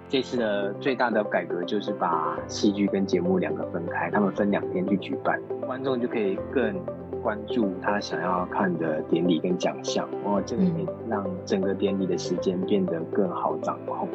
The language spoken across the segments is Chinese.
这次的最大的改革就是把戏剧跟节目两个分开，他们分2天去举办，观众就可以更关注他想要看的典礼跟奖项。这个可以让整个典礼的时间变得更好掌控。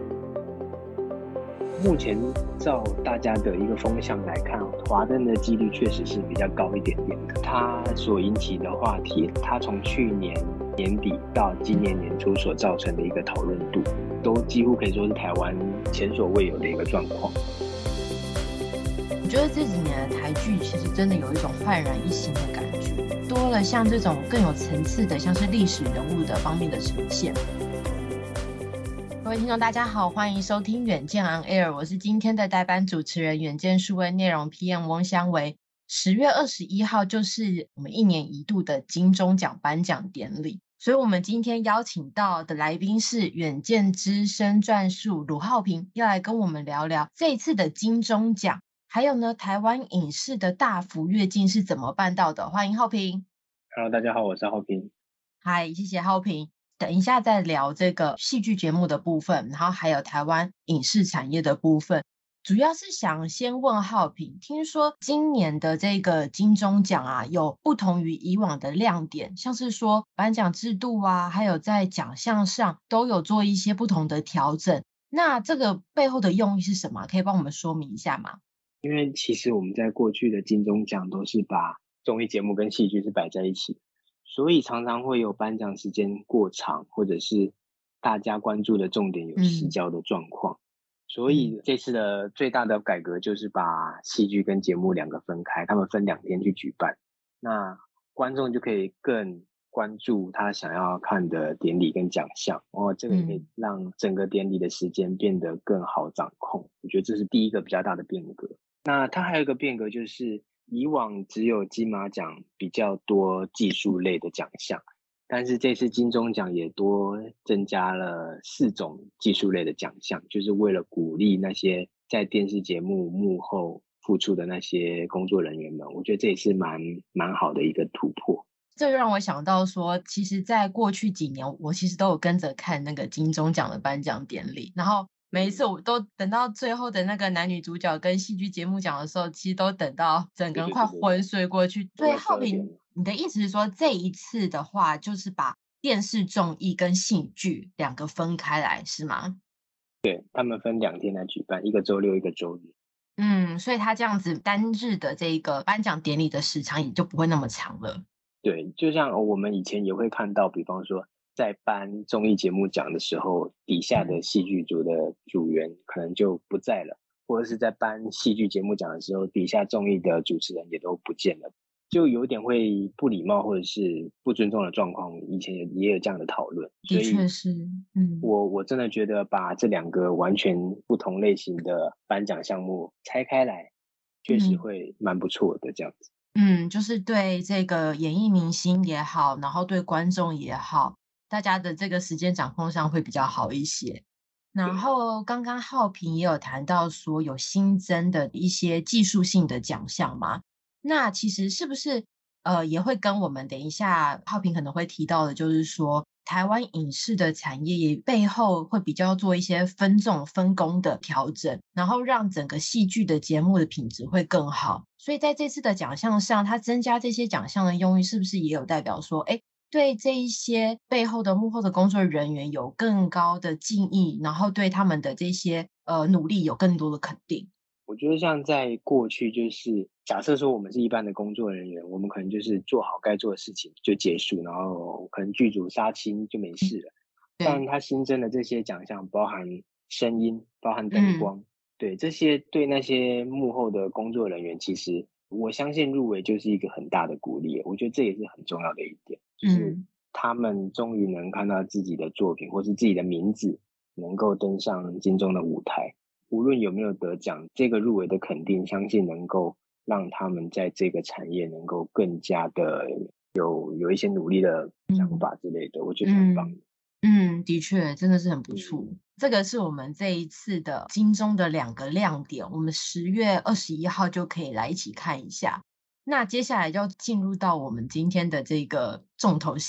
目前照大家的一个风向来看，华灯的几率确实是比较高一点点的。它所引起的话题，它从去年年底到今年年初所造成的一个讨论度，都几乎可以说是台湾前所未有的一个状况。 我觉得这几年的台剧其实真的有一种焕然一新的感觉，多了像这种更有层次的，像是历史人物的方面的呈现。各位听众大家好，欢迎收听远见 On Air， 我是今天的代班主持人远见数位内容 PM 翁香维。10月21号就是我们1年1度的金钟奖颁奖典礼，所以我们今天邀请到的来宾是远见资深撰述鲁浩平，要来跟我们聊聊这一次的金钟奖，还有呢台湾影视的大幅跃进是怎么办到的。欢迎浩平。 Hello， 大家好，我是浩平。 嗨，谢谢浩平。等一下再聊这个戏剧节目的部分，然后还有台湾影视产业的部分。主要是想先问浩平，听说今年的这个金钟奖啊，有不同于以往的亮点，像是说颁奖制度啊，还有在奖项上都有做一些不同的调整。那这个背后的用意是什么？可以帮我们说明一下吗？ 因为其实我们在过去的金钟奖都是把综艺节目跟戏剧是摆在一起，所以常常会有颁奖时间过长，或者是大家关注的重点有失焦的状况。所以这次的最大的改革就是把戏剧跟节目两个分开，他们分2天去举办，那观众就可以更关注他想要看的典礼跟奖项。这个也可以让整个典礼的时间变得更好掌控。我觉得这是第一个比较大的变革。那它还有一个变革就是，以往只有金马奖比较多技术类的奖项，但是这次金钟奖也多增加了4种技术类的奖项，就是为了鼓励那些在电视节目幕后付出的那些工作人员们。我觉得这也是蛮好的一个突破。 这让我想到说，其实在过去几年，我其实都有跟着看那个金钟奖的颁奖典礼，然后每一次我都等到最后的那个男女主角跟戏剧节目奖的时候，其实都等到整个人快昏睡过去。对，浩平，你的意思是说这一次的话，就是把电视综艺跟戏剧2个分开来，是吗？ 对，他们分2天来举办，一个周六，一个周日。 所以他这样子单日的这个颁奖典礼的时长也就不会那么长了。 对，就像我们以前也会看到，比方说在颁综艺节目奖的时候，底下的戏剧组的组员可能就不在了，或者是在颁戏剧节目奖的时候，底下综艺的主持人也都不见了，就有点会不礼貌或者是不尊重的状况。以前也有这样的讨论， 的确是， 我真的觉得把这2个完全不同类型的颁奖项目拆开来，确实会蛮不错的这样子。 就是对这个演艺明星也好，然后对观众也好，大家的这个时间掌控上会比较好一些。然后刚刚浩平也有谈到说有新增的一些技术性的奖项嘛，那其实是不是也会跟我们等一下浩平可能会提到的，就是说台湾影视的产业也背后会比较做一些分众分工的调整，然后让整个戏剧的节目的品质会更好。所以在这次的奖项上，它增加这些奖项的用意，是不是也有代表说，对这一些背后的幕后的工作人员有更高的敬意，然后对他们的这些努力有更多的肯定？ 我觉得像在过去，就是假设说我们是一般的工作人员，我们可能就是做好该做的事情就结束，然后可能剧组杀青就没事了。但它新增的这些奖项，包含声音，包含灯光，对，这些对那些幕后的工作人员，其实我相信入围就是一个很大的鼓励。我觉得这也是很重要的一点，就是他们终于能看到自己的作品或是自己的名字能够登上金钟的舞台。无论有没有得奖，这个入围的肯定，相信能够让他们在这个产业能够更加的有一些努力的想法之类的，我觉得很棒。 的确，真的是很不错。这个是我们这一次的金钟的2个亮点，我们10月21号就可以来一起看一下。那接下来就进入到我们今天的这个重头戏，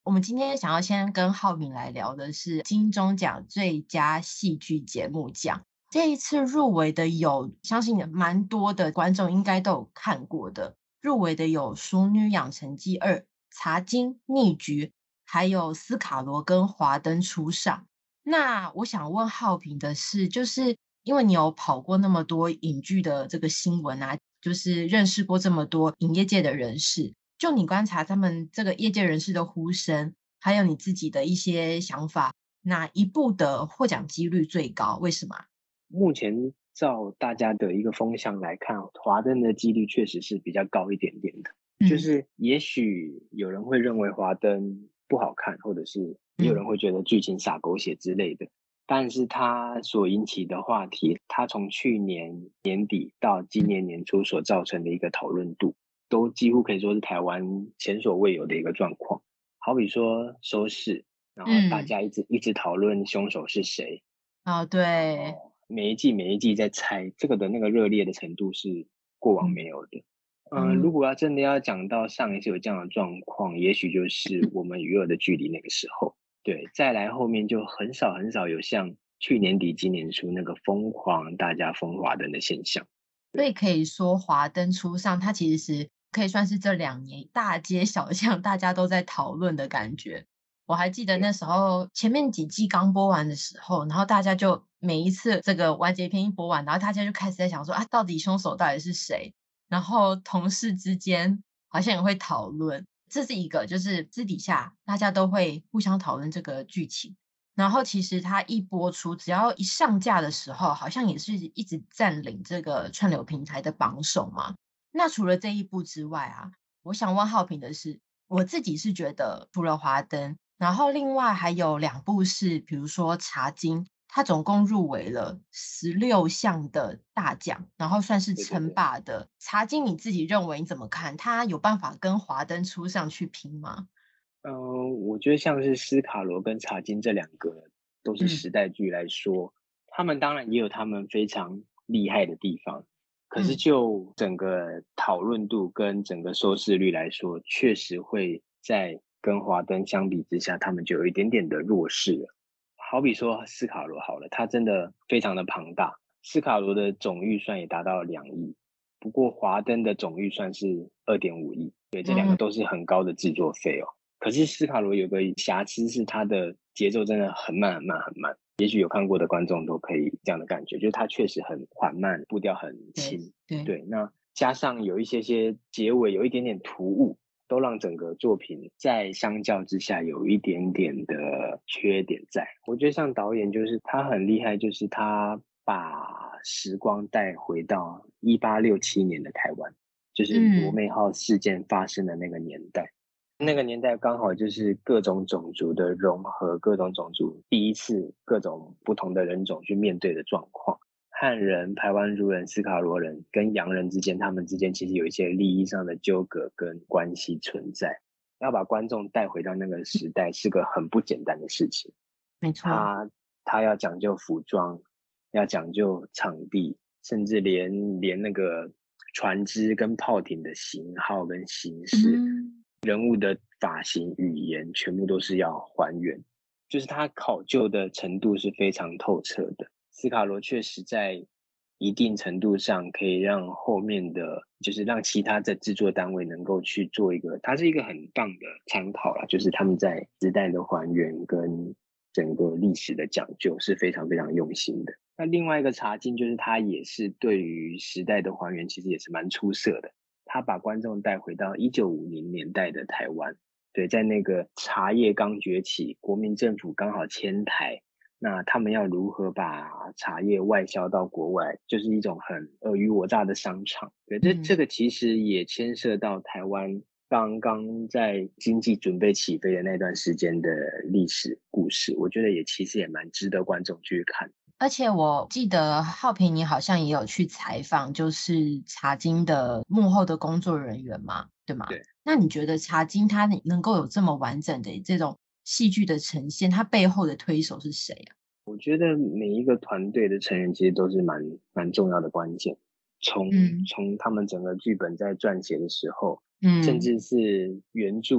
我们今天想要先跟浩平来聊的是金钟奖最佳戏剧节目奖。这一次入围的有，相信蛮多的观众应该都有看过的。入围的有《熟女养成记2》、茶金、逆局，还有斯卡罗跟华灯初上。那我想问浩平的是，就是因为你有跑过那么多影剧的这个新闻啊，就是认识过这么多影业界的人士，就你观察他们这个业界人士的呼声，还有你自己的一些想法，哪一部的获奖几率最高？为什么啊？ 目前照大家的一个风向来看，华灯的几率确实是比较高一点点的。就嗯是也许有人会认为华灯不好看，或者是也有人嗯会觉得剧情洒狗血之类的。但是它所引起的话题，它从去年年底到今年年初所造成的一个讨论度，都几乎可以说是台湾前所未有的一个状况。好比说收视，然后大嗯， 家一直讨论凶手是谁， 哦， 然对， 后每一季在猜这个的那个热烈的程度是过往嗯没有的。如嗯。 果要真的要讲到上一次有这样的状况，也许就是我们与恶的距离那个时候。对，再来后面就很少很少有像去年底今年初那个疯狂大家疯华灯的现象。对， 所以可以说华灯初上，它其实是可以算是这2年大街小巷大家都在讨论的感觉。我还记得对， 那时候前面几季刚播完的时候，然后大家就每一次这个完结篇一播完，然后大家就开始在想说啊，到底凶手到底是谁？然后同事之间好像也会讨论，这是一个就是私底下大家都会互相讨论这个剧情。然后其实它一播出，只要一上架的时候，好像也是一直占领这个串流平台的榜首嘛。那除了这一部之外啊，我想问浩平的是，我自己是觉得除了《华灯》，然后另外还有2部是，比如说《茶金》，它总共入围了16项的大奖，然后算是称对对对。 霸的。《茶金》你自己认为你怎么看？它有办法跟《华灯初上》去拼吗？ 我觉得像是斯卡罗跟茶金这两个都是嗯时代剧来说，他们当然也有他们非常厉害的地方，可是嗯就整个讨论度跟整个收视率来说，确实会在跟华灯相比之下，他们就有一点点的弱势了。好比说斯卡罗好了，它真的非常的庞大，斯卡罗的总预算也达到了2亿，不过华灯的总预算是2.5亿，对，这两个嗯， 都是很高的制作费哦。可是斯卡罗有个瑕疵是它的节奏真的很慢很慢很慢，也许有看过的观众都可以这样的感觉，就是它确实很缓慢，步调很对轻。 对。 对，那加上有一些结尾有一点点突兀，都让整个作品在相较之下有一点点的缺点在。我觉得像导演就是他很厉害，就是他把时光带回到1867年的台湾，就是罗嗯， 妹号事件发生的那个年代。那个年代刚好就是各种种族的融合，各种种族第一次各种不同的人种去面对的状况。汉人、排湾族人、斯卡罗人跟洋人之间，他们之间其实有一些利益上的纠葛跟关系存在。要把观众带回到那个时代，是个很不简单的事情。 没错。 他要讲究服装，要讲究场地，甚至连那个船只跟炮艇的型号跟形式， 嗯。 人物的发型、语言，全部都是要还原。就是他考究的程度是非常透彻的。斯卡罗确实在一定程度上可以让后面的，就是让其他的制作单位能够去做一个，它是一个很棒的参考啦，就是他们在时代的还原跟整个历史的讲究是非常非常用心的。那另外一个茶经就是它也是对于时代的还原，其实也是蛮出色的。他把观众带回到1950年代的台湾，对，在那个茶叶刚崛起，国民政府刚好迁台，那他们要如何把茶叶外销到国外，就是一种很尔虞我诈的商场。对，这嗯， 个其实也牵涉到台湾刚刚在经济准备起飞的那段时间的历史故事，我觉得其实也蛮值得观众去看。 而且我记得浩平你好像也有去采访，就是茶经的幕后的工作人员嘛，对吗？ 对。 那你觉得茶经它能够有这么完整的这种戏剧的呈现，它背后的推手是谁啊？ 我觉得每一个团队的成员其实都是蛮重要的关键。从嗯从他们整个剧本在撰写的时候，甚嗯至是原著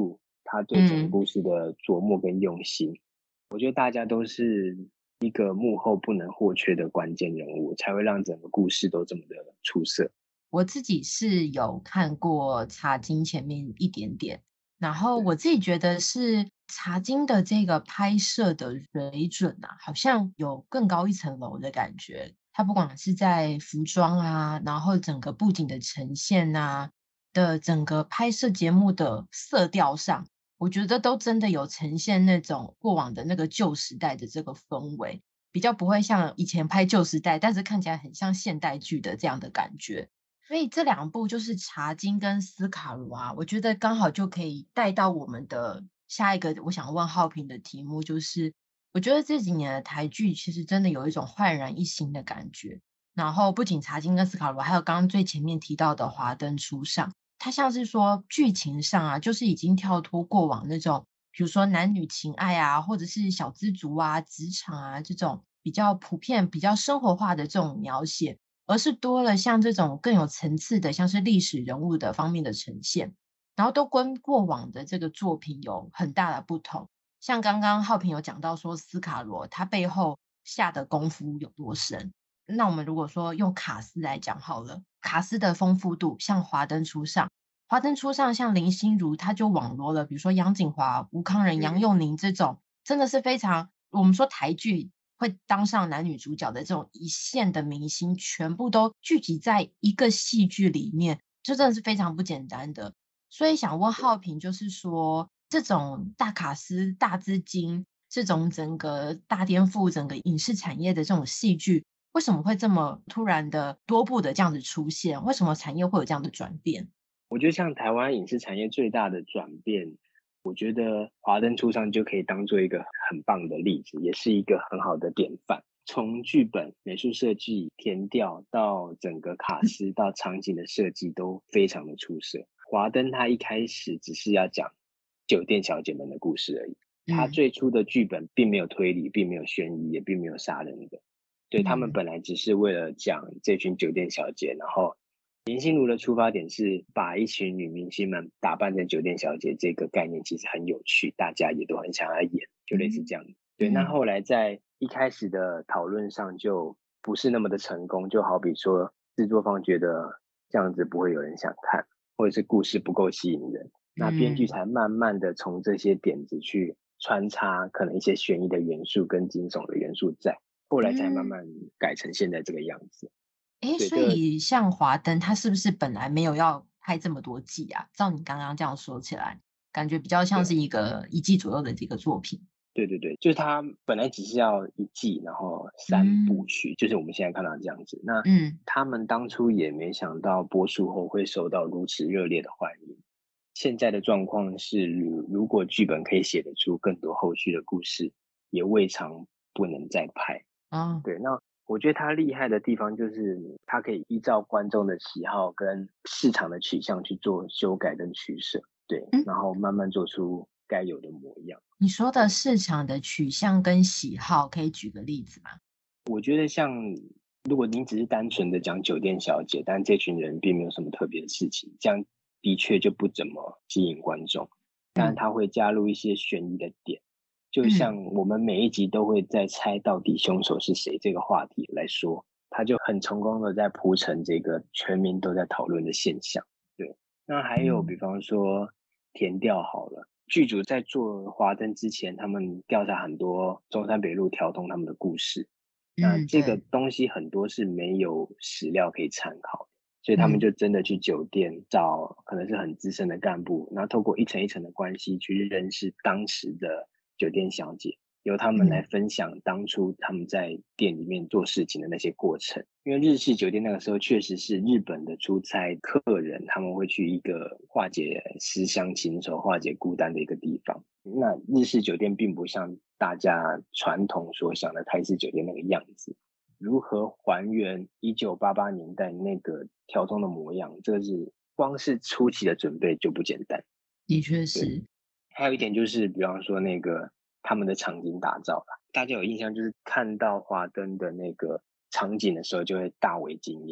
他对整个故事的琢磨跟用心，我觉得大家都是一个幕后不能或缺的关键人物，才会让整个故事都这么的出色。 我自己是有看过茶金前面一点点，然后我自己觉得是茶金的这个拍摄的水准啊，好像有更高一层楼的感觉。它不管是在服装啊，然后整个布景的呈现啊的整个拍摄节目的色调上，我觉得都真的有呈现那种过往的那个旧时代的这个氛围，比较不会像以前拍旧时代，但是看起来很像现代剧的这样的感觉。所以这两部就是《茶金》跟《斯卡罗》啊，我觉得刚好就可以带到我们的下一个我想问浩平的题目，就是我觉得这几年的台剧其实真的有一种焕然一新的感觉。然后不仅《茶金》跟《斯卡罗》，还有刚刚最前面提到的《华灯初上》，它像是说剧情上啊，就是已经跳脱过往那种，比如说男女情爱啊，或者是小资族啊、职场啊这种比较普遍、比较生活化的这种描写。而是多了像这种更有层次的，像是历史人物的方面的呈现，然后都跟过往的这个作品有很大的不同。像刚刚浩平有讲到说斯卡罗他背后下的功夫有多深，那我们如果说用卡斯来讲好了，卡斯的丰富度，像华灯初上，华灯初上像林心如，他就网罗了，比如说杨锦华、吴康仁、杨佑宁这种，真的是非常我们说台剧会当上男女主角的这种一线的明星，全部都聚集在一个戏剧里面，这真的是非常不简单的。所以想问浩平，就是说这种大卡司、大资金，这种整个大颠覆整个影视产业的这种戏剧，为什么会这么突然的多部的这样子出现？为什么产业会有这样的转变？ 我觉得像台湾影视产业最大的转变，我觉得《华灯初上》就可以当做一个很棒的例子，也是一个很好的典范。从剧本、美术设计、填调到整个卡司到场景的设计都非常的出色。华灯它一开始只是要讲酒店小姐们的故事而已，它嗯最初的剧本并没有推理，并没有悬疑，也并没有杀人的。对，他们嗯本来只是为了讲这群酒店小姐，然后林心如的出发点是把一群女明星们打扮成酒店小姐，这个概念其实很有趣，大家也都很想要演，就类似嗯这样。对，那嗯后来在一开始的讨论上就不是那么的成功，就好比说制作方觉得这样子不会有人想看，或者是故事不够吸引人，那编剧嗯才慢慢的从这些点子去穿插可能一些悬疑的元素跟惊悚的元素在，后来才慢嗯。 慢改成现在这个样子。 诶， 对， 所以像华灯，它是不是本来没有要拍这么多季啊？照你刚刚这样说起来，感觉比较像是对。 一个一季左右的这个作品。 对对对，就是它本来只是要一季，然后3部嗯曲，就是我们现在看到这样子。那嗯他们当初也没想到播出后会受到如此热烈的欢迎。现在的状况是，如果剧本可以写得出更多后续的故事，也未尝不能再拍。 啊对，那我觉得他厉害的地方就是他可以依照观众的喜好跟市场的取向去做修改跟取舍，对， 嗯， 然后慢慢做出该有的模样。 你说的对。 市场的取向跟喜好，可以举个例子吗？ 我觉得像如果您只是单纯的讲酒店小姐，但这群人并没有什么特别的事情，这样的确就不怎么吸引观众。但嗯他会加入一些悬疑的点，就嗯像我们每一集都会在猜到底凶手是谁这个话题来说，他就很成功的在铺陈这个全民都在讨论的现象。对，那还有比嗯方说填调好了。剧组在做华灯之前，他们调查很多中山北路调通他们的故事，那嗯， 这个对， 东西很多是没有史料可以参考的，所以他们嗯就真的去酒店找可能是很资深的干部，然后透过一层一层的关系去认识当时的酒店小姐，由他们来嗯分享当初他们在店里面做事情的那些过程。因为日式酒店那个时候确实是日本的出差客人，他们会去一个化解思乡情仇、化解孤单的一个地方。那日式酒店并不像大家传统所想的台式酒店那个样子。如何还原1988年代那个调通的模样，这个是光是初期的准备就不简单。 的确对， 是， 还有一点就是，比方说那个他们的场景打造啦，大家有印象就是看到华灯的那个场景的时候，就会大为惊艳。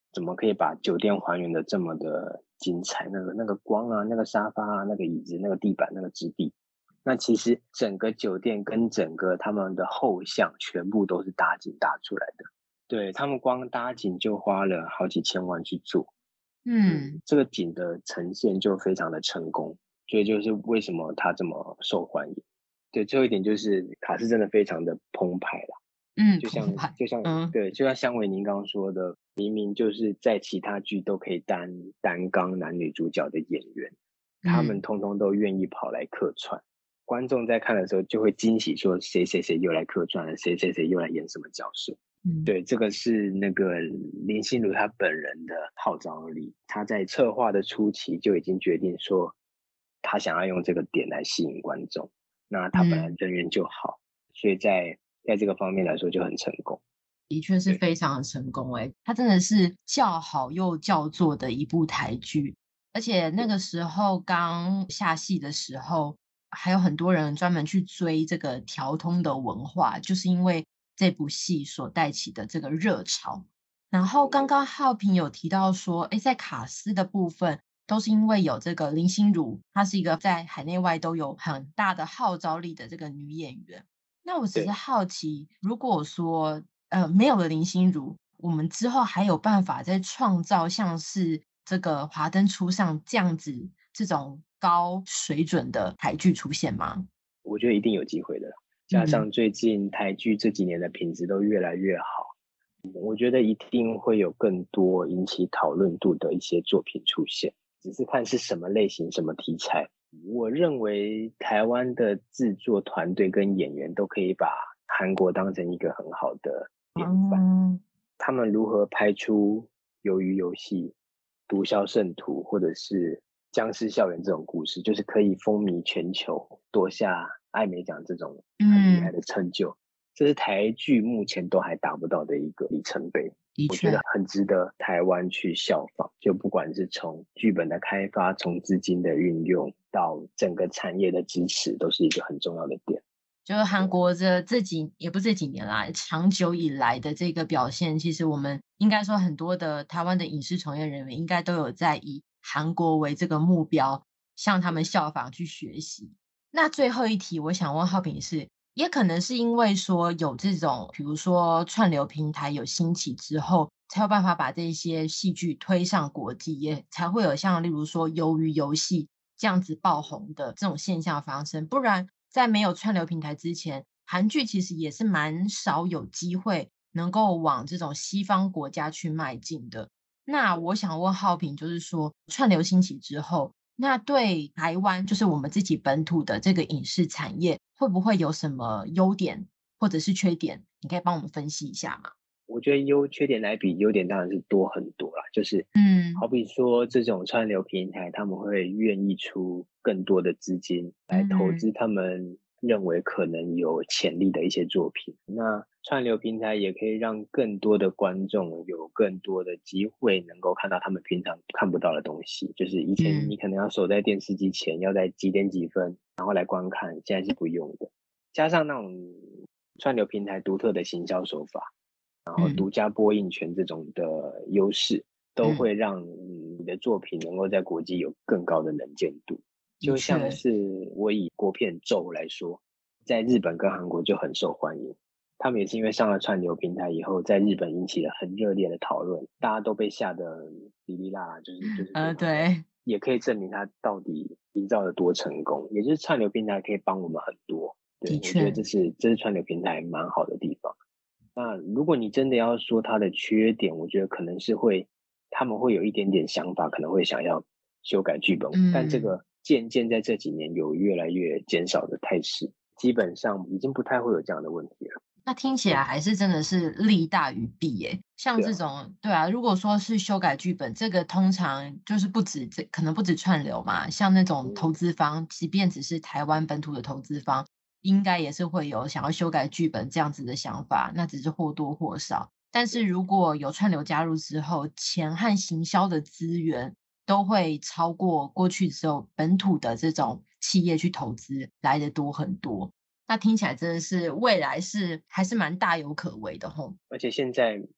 怎么可以把酒店还原的这么的精彩？那个光啊，那个沙发啊，那个椅子，那个地板，那个质地，那其实整个酒店跟整个他们的后巷全部都是搭景搭出来的。对，他们光搭景就花了好几千万去做，这个景的呈现就非常的成功，所以就是为什么它这么受欢迎。对，最后一点就是卡斯真的非常的澎湃啦。就像澎湃， 对，就像香维您刚刚说的，明明就是在其他剧都可以担纲男女主角的演员，他们通通都愿意跑来客串。观众在看的时候就会惊喜说谁谁谁又来客串了，谁谁谁又来演什么角色。对，这个是那个林心如她本人的号召力，她在策划的初期就已经决定说，她想要用这个点来吸引观众。那她本来人缘就好，所以在这个方面来说就很成功。 的确是非常的成功它真的是叫好又叫座的一部台剧，而且那个时候刚下戏的时候，还有很多人专门去追这个调通的文化，就是因为这部戏所带起的这个热潮。然后刚刚浩平有提到说，在卡司的部分都是因为有这个林心如，她是一个在海内外都有很大的号召力的这个女演员。那我只是好奇，如果说没有了林心如，我们之后还有办法再创造像是这个《华灯初上》这种高水准的台剧出现吗？ 我觉得一定有机会的，加上最近台剧这几年的品质都越来越好，我觉得一定会有更多引起讨论度的一些作品出现，只是看是什么类型、什么题材。我认为台湾的制作团队跟演员都可以把韩国当成一个很好的典范。他们如何拍出鱿鱼游戏、毒枭圣徒或者是僵尸校园这种故事，就是可以风靡全球，夺下艾美奖这种很厉害的成就。这是台剧目前都还达不到的一个里程碑，我觉得很值得台湾去效仿。就不管是从剧本的开发，从资金的运用，到整个产业的支持，都是一个很重要的点。 就是韩国也不是这几年啦，长久以来的这个表现，其实我们应该说很多的台湾的影视从业人员应该都有在以韩国为这个目标，向他们效仿去学习。那最后一题，我想问浩平是，也可能是因为说有这种，比如说串流平台有兴起之后，才有办法把这些戏剧推上国际，也才会有像例如说鱿鱼游戏这样子爆红的这种现象发生。不然在没有串流平台之前，韩剧其实也是蛮少有机会能够往这种西方国家去迈进的。那我想问浩平，就是说串流兴起之后，那对台湾，就是我们自己本土的这个影视产业，会不会有什么优点或者是缺点？你可以帮我们分析一下吗？ 我觉得缺点来比，优点当然是多很多啦。就是好比说这种串流平台，他们会愿意出更多的资金来投资他们认为可能有潜力的一些作品。那串流平台也可以让更多的观众有更多的机会能够看到他们平常看不到的东西。就是以前你可能要守在电视机前，要在几点几分然后来观看，现在是不用的。加上那种串流平台独特的行销手法，然后独家播映权这种的优势，都会让你的作品能够在国际有更高的能见度。就像是我以国片咒来说，在日本跟韩国就很受欢迎。他们也是因为上了串流平台以后，在日本引起了很热烈的讨论，大家都被吓得哩哩啦啦，就是对， 也可以证明它到底营造的多成功。也就是串流平台可以帮我们很多。对，我觉得这是串流平台蛮好的地方。那如果你真的要说它的缺点，我觉得可能是他们会有一点点想法，可能会想要修改剧本，但这个渐渐在这几年有越来越减少的态势，基本上已经不太会有这样的问题了。 那听起来还是真的是利大于弊耶。像这种，对啊，如果说是修改剧本，这个通常就是可能不止串流嘛，像那种投资方，即便只是台湾本土的投资方，应该也是会有想要修改剧本这样子的想法，那只是或多或少。但是如果有串流加入之后，钱和行销的资源都会超过过去只有本土的这种企业去投资来的多很多。那听起来真的是未来还是蛮大有可为的吼。 而且现在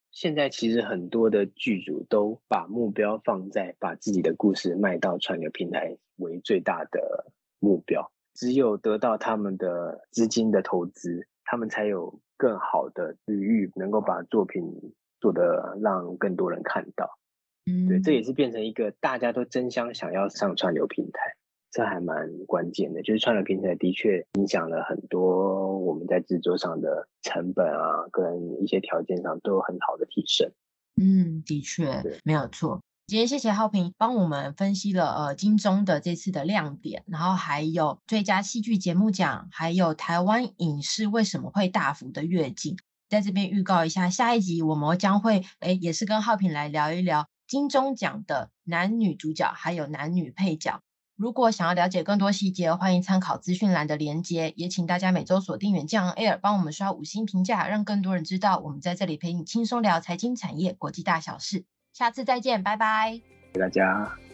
现在其实很多的剧组都把目标放在把自己的故事卖到串流平台为最大的目标，只有得到他们的资金的投资，他们才有更好的余裕能够把作品做得让更多人看到。对，这也是变成一个大家都争相想要上串流平台，这还蛮关键的。就是串流平台的确影响了很多我们在制作上的成本啊，跟一些条件上都有很好的提升。 的确没有错。今天谢谢浩平帮我们分析了金钟的这次的亮点，然后还有最佳戏剧节目奖，还有台湾影视为什么会大幅的跃进。在这边预告一下，下一集我们将会也是跟浩平来聊一聊金钟奖的男女主角还有男女配角。如果想要了解更多细节，欢迎参考资讯栏的连结，也请大家每周锁定远见 On Air， 帮我们刷5星评价，让更多人知道我们在这里陪你轻松聊财经产业国际大小事。下次再见，拜拜， 谢谢大家。